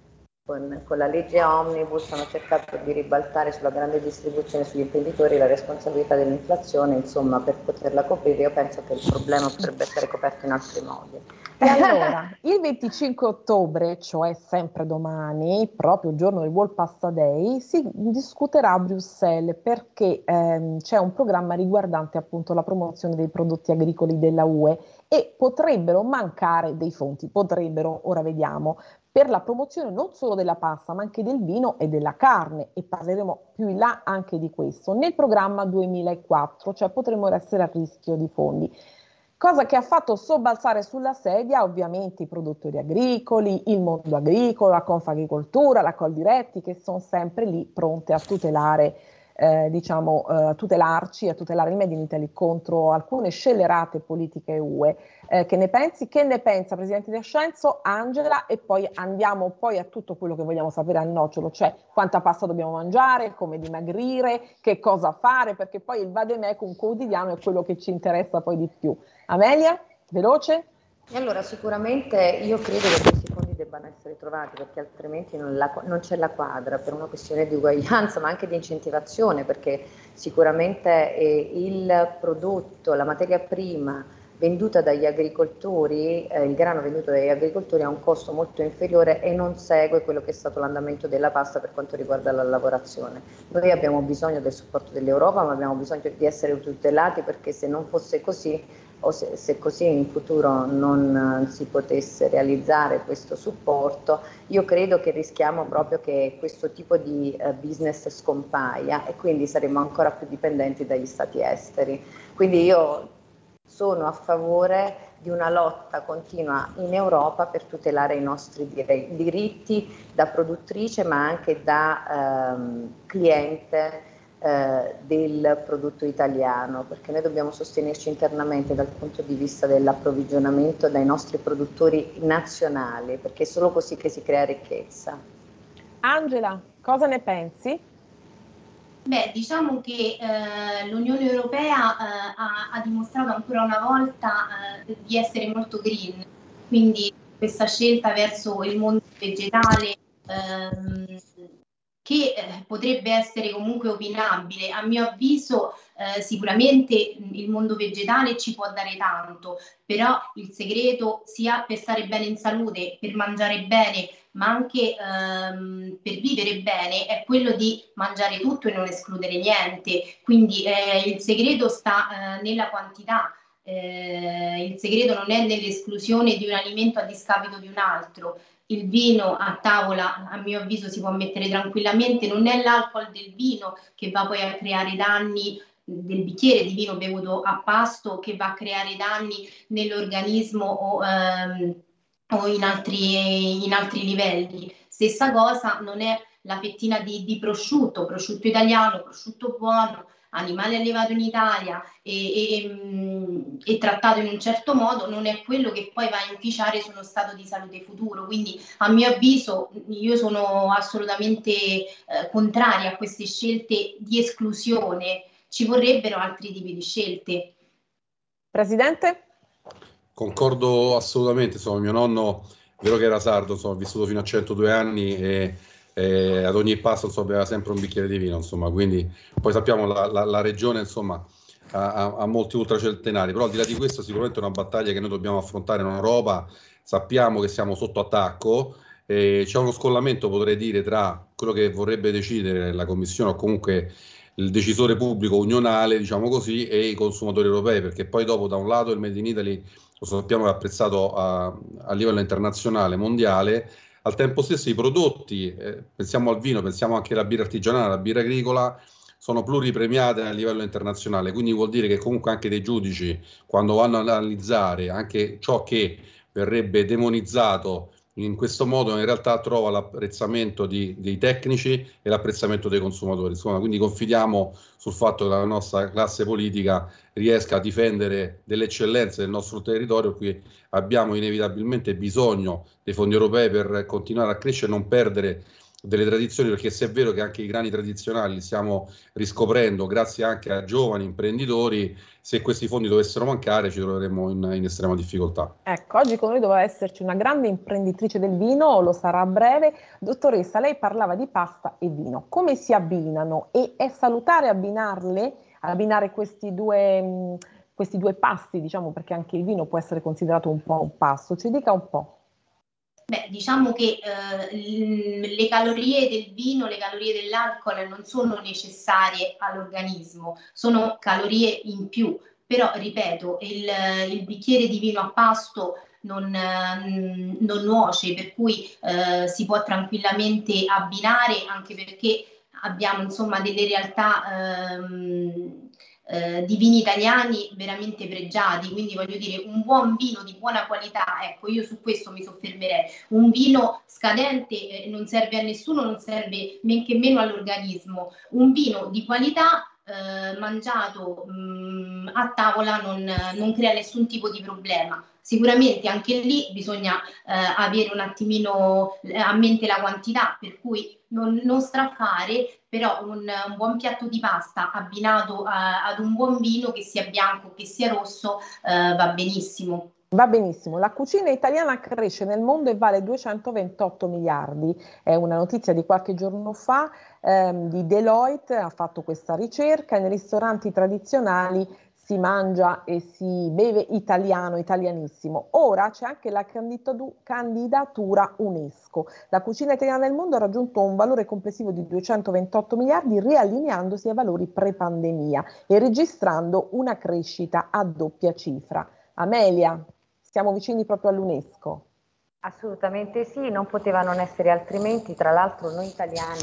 con, con la legge Omnibus hanno cercato di ribaltare sulla grande distribuzione sugli imprenditori la responsabilità dell'inflazione, insomma, per poterla coprire. Io penso che il problema potrebbe essere coperto in altri modi. E allora, il venticinque ottobre, cioè sempre domani, proprio il giorno del World Pasta Day, si discuterà a Bruxelles perché ehm, c'è un programma riguardante appunto la promozione dei prodotti agricoli della U E e potrebbero mancare dei fondi, potrebbero, ora vediamo, per la promozione non solo della pasta ma anche del vino e della carne, e parleremo più in là anche di questo, nel programma duemilaquattro, cioè potremmo essere a rischio di fondi. Cosa che ha fatto sobbalzare sulla sedia ovviamente i produttori agricoli, il mondo agricolo, la Confagricoltura, la Coldiretti, che sono sempre lì pronte a tutelare, eh, diciamo, eh, a tutelarci, a tutelare il Made in Italy contro alcune scellerate politiche U E. Eh, che ne pensi? Che ne pensa Presidente di Ascenso? Angela, e poi andiamo poi a tutto quello che vogliamo sapere al nocciolo, cioè quanta pasta dobbiamo mangiare, come dimagrire, che cosa fare, perché poi il vademecum quotidiano è quello che ci interessa poi di più. Amelia, veloce? E allora sicuramente io credo che questi fondi debbano essere trovati, perché altrimenti non, la, non c'è la quadra, per una questione di uguaglianza ma anche di incentivazione, perché sicuramente eh, il prodotto, la materia prima venduta dagli agricoltori, eh, il grano venduto dagli agricoltori ha un costo molto inferiore e non segue quello che è stato l'andamento della pasta per quanto riguarda la lavorazione. Noi abbiamo bisogno del supporto dell'Europa, ma abbiamo bisogno di essere tutelati, perché se non fosse così, o se, se così in futuro non uh, si potesse realizzare questo supporto, io credo che rischiamo proprio che questo tipo di uh, business scompaia e quindi saremo ancora più dipendenti dagli stati esteri. Quindi io sono a favore di una lotta continua in Europa per tutelare i nostri dire- diritti da produttrice ma anche da ehm, cliente eh, del prodotto italiano, perché noi dobbiamo sostenerci internamente dal punto di vista dell'approvvigionamento dai nostri produttori nazionali, perché è solo così che si crea ricchezza. Angela, cosa ne pensi? Beh, diciamo che eh, l'Unione Europea eh, ha, ha dimostrato ancora una volta eh, di essere molto green, quindi questa scelta verso il mondo vegetale ehm, che eh, potrebbe essere comunque opinabile, a mio avviso eh, sicuramente il mondo vegetale ci può dare tanto, però il segreto sia per stare bene in salute, per mangiare bene, ma anche ehm, per vivere bene, è quello di mangiare tutto e non escludere niente. Quindi eh, il segreto sta eh, nella quantità, eh, il segreto non è nell'esclusione di un alimento a discapito di un altro. Il vino a tavola, a mio avviso, si può mettere tranquillamente, non è l'alcol del vino che va poi a creare danni, del bicchiere di vino bevuto a pasto, che va a creare danni nell'organismo o ehm, o in altri, in altri livelli. Stessa cosa non è la fettina di, di prosciutto, prosciutto italiano, prosciutto buono, animale allevato in Italia e, e, mh, e trattato in un certo modo, non è quello che poi va a inficiare su uno stato di salute futuro. Quindi a mio avviso io sono assolutamente eh, contraria a queste scelte di esclusione, ci vorrebbero altri tipi di scelte. Presidente? Concordo assolutamente, insomma, mio nonno, vero che era sardo, insomma, ho vissuto fino a centodue anni e, e ad ogni passo insomma, aveva sempre un bicchiere di vino, insomma, quindi poi sappiamo la, la, la regione insomma, ha, ha molti ultracentenari, però al di là di questo sicuramente è una battaglia che noi dobbiamo affrontare in Europa, sappiamo che siamo sotto attacco, e c'è uno scollamento, potrei dire, tra quello che vorrebbe decidere la Commissione o comunque il decisore pubblico unionale, diciamo così, e i consumatori europei, perché poi dopo da un lato il Made in Italy lo sappiamo è apprezzato a, a livello internazionale, mondiale, al tempo stesso i prodotti, eh, pensiamo al vino, pensiamo anche alla birra artigianale, alla birra agricola, sono pluripremiate a livello internazionale, quindi vuol dire che comunque anche dei giudici, quando vanno ad analizzare anche ciò che verrebbe demonizzato in questo modo, in realtà trova l'apprezzamento di, dei tecnici e l'apprezzamento dei consumatori. Insomma, quindi confidiamo sul fatto che la nostra classe politica riesca a difendere delle eccellenze del nostro territorio. Qui abbiamo inevitabilmente bisogno dei fondi europei per continuare a crescere e non perdere delle tradizioni, perché se è vero che anche i grani tradizionali li stiamo riscoprendo grazie anche a giovani imprenditori, se questi fondi dovessero mancare ci troveremmo in, in estrema difficoltà. Ecco, oggi con noi doveva esserci una grande imprenditrice del vino, lo sarà a breve. Dottoressa, lei parlava di pasta e vino. Come si abbinano? E è salutare abbinarle, abbinare questi due, mh, questi due pasti, diciamo, perché anche il vino può essere considerato un po' un pasto. Ci dica un po'. Beh, diciamo che eh, le calorie del vino, le calorie dell'alcol non sono necessarie all'organismo, sono calorie in più, però ripeto, il, il bicchiere di vino a pasto non, eh, non nuoce, per cui eh, si può tranquillamente abbinare, anche perché abbiamo insomma delle realtà ehm, Eh, di vini italiani veramente pregiati, quindi voglio dire un buon vino di buona qualità, ecco, io su questo mi soffermerei. Un vino scadente eh, non serve a nessuno, non serve men che meno all'organismo. Un vino di qualità eh, mangiato mh, a tavola non, non crea nessun tipo di problema. Sicuramente anche lì bisogna eh, avere un attimino a mente la quantità, per cui non, non straffare, però un, un buon piatto di pasta abbinato a, ad un buon vino, che sia bianco che sia rosso, eh, va benissimo. Va benissimo, la cucina italiana cresce nel mondo e vale duecentoventotto miliardi, è una notizia di qualche giorno fa ehm, di Deloitte, ha fatto questa ricerca. Nei ristoranti tradizionali si mangia e si beve italiano, italianissimo. Ora c'è anche la candidatura UNESCO. La cucina italiana nel mondo ha raggiunto un valore complessivo di duecentoventotto miliardi, riallineandosi ai valori pre-pandemia e registrando una crescita a doppia cifra. Amelia, siamo vicini proprio all'UNESCO. Assolutamente sì, non poteva non essere altrimenti. Tra l'altro noi italiani,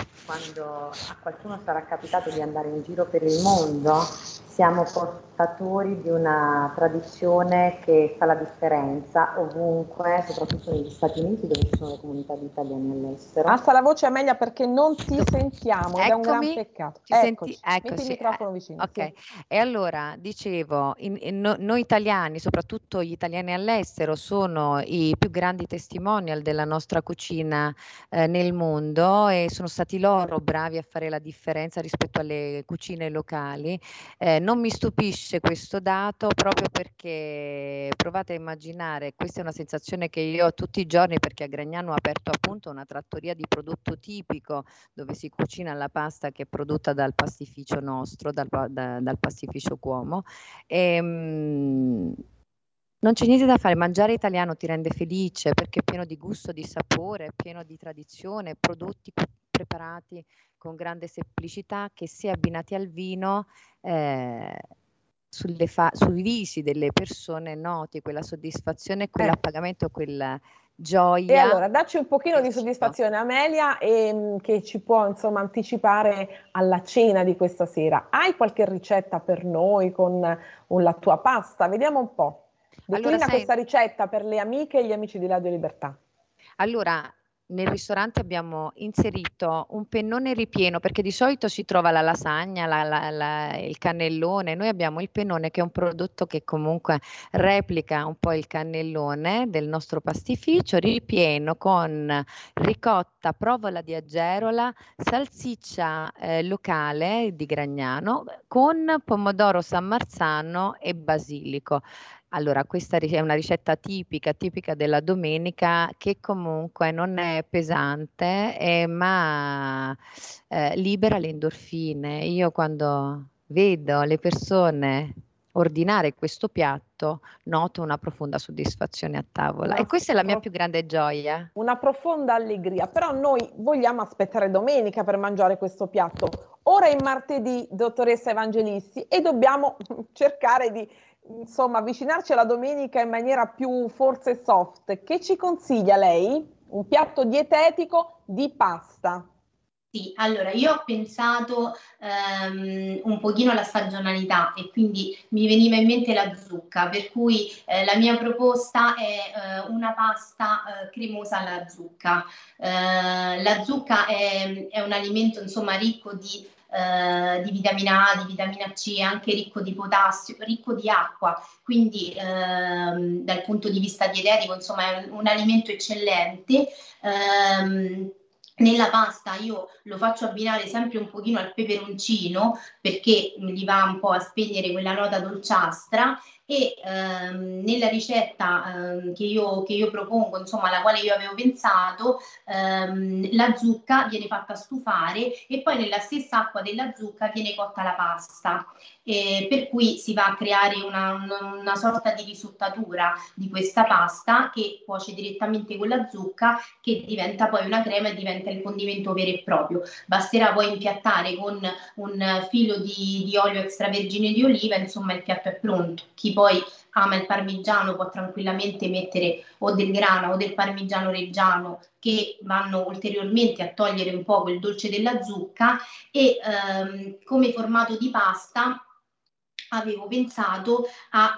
quando a qualcuno sarà capitato di andare in giro per il mondo, siamo portatori di una tradizione che fa la differenza ovunque, soprattutto negli Stati Uniti, dove ci sono le comunità di italiani all'estero. Alza la voce, Amelia, perché non ti sentiamo, ed è un gran Eccomi, peccato. ci senti? Eccoci, metti Eccoci. il microfono vicino. Ok, sì. e allora dicevo, in- in- no- noi italiani, soprattutto gli italiani all'estero, sono i più grandi testimonial della nostra cucina eh, nel mondo, e sono stati loro bravi a fare la differenza rispetto alle cucine locali. Eh, non mi stupisce questo dato, proprio perché provate a immaginare, questa è una sensazione che io ho tutti i giorni, perché a Gragnano ho aperto appunto una trattoria di prodotto tipico dove si cucina la pasta che è prodotta dal pastificio nostro, dal, pa- da- dal pastificio Cuomo. E, mm, non c'è niente da fare, mangiare italiano ti rende felice perché è pieno di gusto, di sapore, è pieno di tradizione, prodotti cu- preparati con grande semplicità, che se abbinati al vino eh, sulle fa- sui visi delle persone noti quella soddisfazione, quell'appagamento, quella E gioia. allora, dacci un pochino di soddisfazione, Amelia, e, mh, che ci può insomma anticipare alla cena di questa sera. Hai qualche ricetta per noi con uh, la tua pasta? Vediamo un po'. Declina Allora, sai- questa ricetta per le amiche e gli amici di Radio Libertà. Allora, nel ristorante abbiamo inserito un pennone ripieno, perché di solito si trova la lasagna, la- la- la- il cannellone. Noi abbiamo il pennone, che è un prodotto che comunque replica un po' il cannellone del nostro pastificio, ripieno con ricotta, provola di Agerola, salsiccia eh, locale di Gragnano, con pomodoro San Marzano e basilico. Allora, questa ri- è una ricetta tipica, tipica della domenica, che comunque non è pesante, eh, ma eh, libera le endorfine. Io quando vedo le persone ordinare questo piatto, noto una profonda soddisfazione a tavola. Una E questa è la mia pro- più grande gioia. Una profonda allegria, però noi vogliamo aspettare domenica per mangiare questo piatto. Ora è martedì, dottoressa Evangelisti, e dobbiamo cercare di insomma avvicinarci alla domenica in maniera più forse soft. Che ci consiglia lei? Un piatto dietetico di pasta. Sì, allora io ho pensato ehm, un pochino alla stagionalità, e quindi mi veniva in mente la zucca, per cui eh, la mia proposta è eh, una pasta eh, cremosa alla zucca. Eh, la zucca è, è un alimento insomma ricco di, eh, di vitamina A, di vitamina C, anche ricco di potassio, ricco di acqua, quindi ehm, dal punto di vista dietetico insomma è un, un alimento eccellente. Ehm, Nella pasta io lo faccio abbinare sempre un pochino al peperoncino perché gli va un po' a spegnere quella nota dolciastra e ehm, nella ricetta ehm, che, io, che io propongo, insomma alla quale io avevo pensato, ehm, la zucca viene fatta stufare e poi nella stessa acqua della zucca viene cotta la pasta, eh, per cui si va a creare una, una, una sorta di risuttatura di questa pasta che cuoce direttamente con la zucca, che diventa poi una crema e diventa il condimento vero e proprio. Basterà poi impiattare con un filo di, di olio extravergine di oliva, insomma il piatto è pronto. Chi poi ama il parmigiano può tranquillamente mettere o del grana o del parmigiano reggiano, che vanno ulteriormente a togliere un po' quel dolce della zucca. E ehm, come formato di pasta avevo pensato a,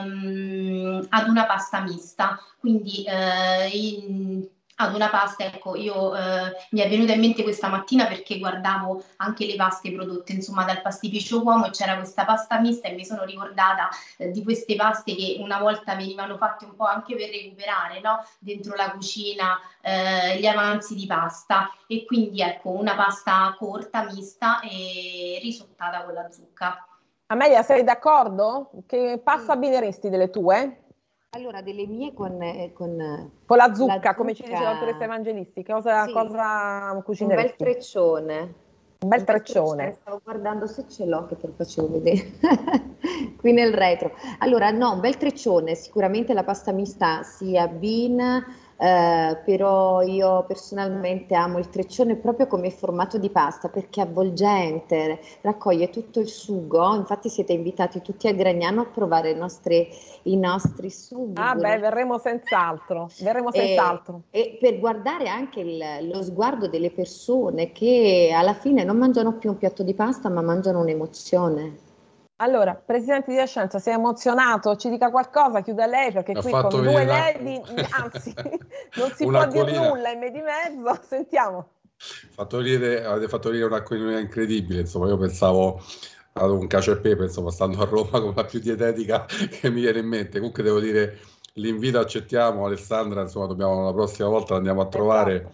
ehm, ad una pasta mista, quindi eh, in, ad una pasta, ecco, io eh, mi è venuta in mente questa mattina perché guardavo anche le paste prodotte insomma dal pastificio Uomo e c'era questa pasta mista e mi sono ricordata eh, di queste paste che una volta venivano fatte un po' anche per recuperare, no? Dentro la cucina, eh, gli avanzi di pasta, e quindi ecco una pasta corta, mista e risottata con la zucca. Amelia, sei d'accordo? Che pasta abbineresti delle tue? Allora, delle mie con, eh, con, Con la zucca, la zucca, come ci diceva la dottoressa Evangelisti, cosa, sì, cosa un cucineresti? bel treccione. Un bel treccione. Stavo guardando se ce l'ho, che te lo facevo vedere qui nel retro. Allora, no, un bel treccione, sicuramente la pasta mista si abbina, eh, però io personalmente amo il treccione proprio come formato di pasta perché è avvolgente, raccoglie tutto il sugo. Infatti siete invitati tutti a Gragnano a provare i nostri, i nostri sughi. Ah beh, verremo senz'altro, verremo E, senz'altro. e per guardare anche il- lo sguardo delle persone che alla fine non mangiano più un piatto di pasta ma mangiano un'emozione. Allora, Presidente di Ascenza, sei emozionato? Ci dica qualcosa, chiuda lei, perché Mi ha qui fatto con due venire la- lady, anzi, non si può dire Un'acquolina. nulla in me di mezzo, sentiamo. Fatto venire, avete fatto venire un'acquolina incredibile, insomma, io pensavo ad un cacio e pepe, insomma, stando a Roma con la più dietetica che mi viene in mente. Comunque devo dire, l'invito accettiamo, Alessandra, insomma, dobbiamo la prossima volta andiamo a trovare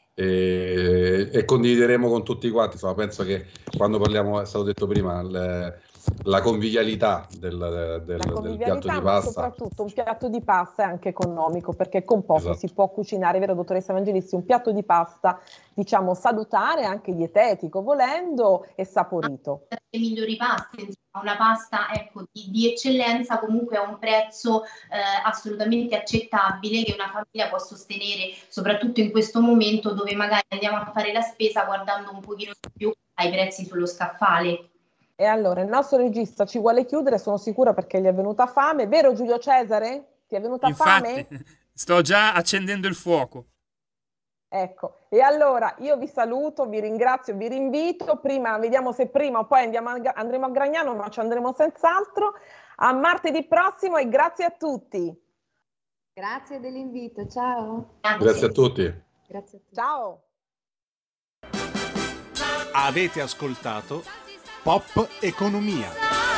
e, e condivideremo con tutti quanti, insomma, penso che quando parliamo, è stato detto prima, il- la convivialità del, del- del La piatto convivialità, di ma pasta. soprattutto un piatto di pasta è anche economico, perché con poco Esatto. si può cucinare, vero dottoressa Evangelisti? Un piatto di pasta, diciamo, salutare, anche dietetico, volendo, e saporito. Le migliori paste, insomma, una pasta ecco, di, di eccellenza comunque a un prezzo eh, assolutamente accettabile che una famiglia può sostenere, soprattutto in questo momento dove magari andiamo a fare la spesa guardando un pochino di più ai prezzi sullo scaffale. E allora, il nostro regista ci vuole chiudere, sono sicura, perché gli è venuta fame, vero Giulio Cesare? Ti è venuta fame? Infatti, sto già accendendo il fuoco. Ecco, e allora io vi saluto, vi ringrazio, vi rinvito, prima vediamo se prima o poi andiamo a, andremo a Gragnano, ma ci andremo senz'altro, a martedì prossimo e grazie a tutti. Grazie dell'invito, ciao. Grazie a tutti. Grazie a tutti. Ciao. Avete ascoltato Pop Economia.